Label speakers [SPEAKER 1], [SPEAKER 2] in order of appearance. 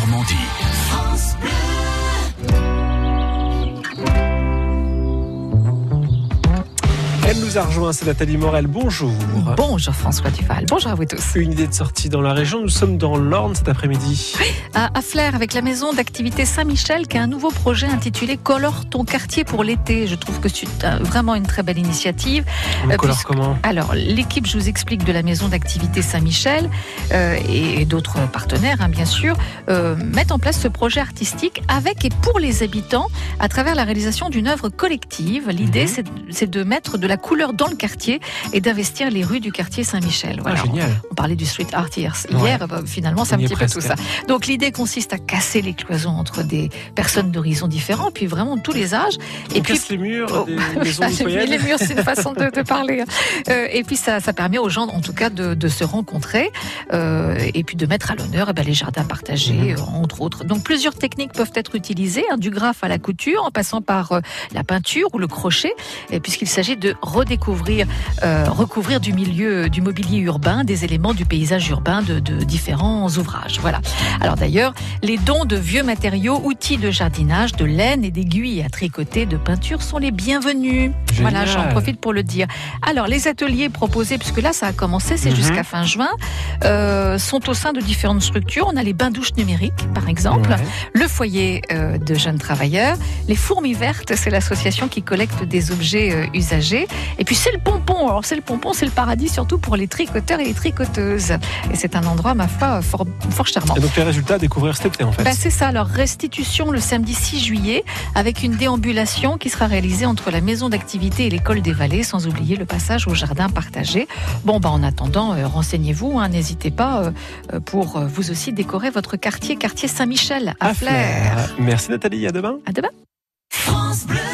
[SPEAKER 1] Normandie. France Bleu.
[SPEAKER 2] Elle nous a rejoint, c'est Nathalie Morel. Bonjour.
[SPEAKER 3] Bonjour François Duval, bonjour à vous tous.
[SPEAKER 2] Une idée de sortie dans la région, nous sommes dans l'Orne cet après-midi.
[SPEAKER 3] Oui, à Flers, avec la maison d'activité Saint-Michel qui a un nouveau projet intitulé Colore ton quartier pour l'été. Je trouve que c'est vraiment une très belle initiative.
[SPEAKER 2] Colore comment ?
[SPEAKER 3] Alors, l'équipe, je vous explique, de la maison d'activité Saint-Michel et d'autres partenaires, bien sûr, mettent en place ce projet artistique avec et pour les habitants à travers la réalisation d'une œuvre collective. L'idée, c'est de mettre de la couleur dans le quartier et d'investir les rues du quartier Saint-Michel. Voilà.
[SPEAKER 2] Génial.
[SPEAKER 3] On parlait du street art hier, finalement c'est un petit peu tout ça. Donc l'idée consiste à casser les cloisons entre des personnes d'horizons différents, puis vraiment tous les âges.
[SPEAKER 2] On casse les murs des maisons citoyennes.
[SPEAKER 3] Les murs, c'est une façon de parler. Et puis ça permet aux gens, en tout cas, de se rencontrer et puis de mettre à l'honneur les jardins partagés, entre autres. Donc plusieurs techniques peuvent être utilisées, du graphe à la couture, en passant par la peinture ou le crochet, puisqu'il s'agit de recouvrir du mobilier urbain, des éléments du paysage urbain de différents ouvrages. Voilà. Alors d'ailleurs, les dons de vieux matériaux, outils de jardinage, de laine et d'aiguilles à tricoter, de peinture sont les bienvenus.
[SPEAKER 2] Génial.
[SPEAKER 3] Voilà, j'en profite pour le dire. Alors les ateliers proposés, puisque là ça a commencé, c'est jusqu'à fin juin, sont au sein de différentes structures. On a les bains-douches numériques, par exemple, le foyer de jeunes travailleurs, les fourmis vertes, c'est l'association qui collecte des objets usagés. Et puis c'est le pompon. Alors c'est le paradis surtout pour les tricoteurs et les tricoteuses. Et c'est un endroit, ma foi, fort charmant.
[SPEAKER 2] Et donc les résultats à découvrir cet été en fait.
[SPEAKER 3] C'est ça, leur restitution le samedi 6 juillet avec une déambulation qui sera réalisée entre la maison d'activité et l'école des Vallées, sans oublier le passage au jardin partagé. En attendant, renseignez-vous, n'hésitez pas pour vous aussi décorer votre quartier Saint-Michel à Flers.
[SPEAKER 2] Merci Nathalie, à demain.
[SPEAKER 3] À demain.
[SPEAKER 1] France Bleu.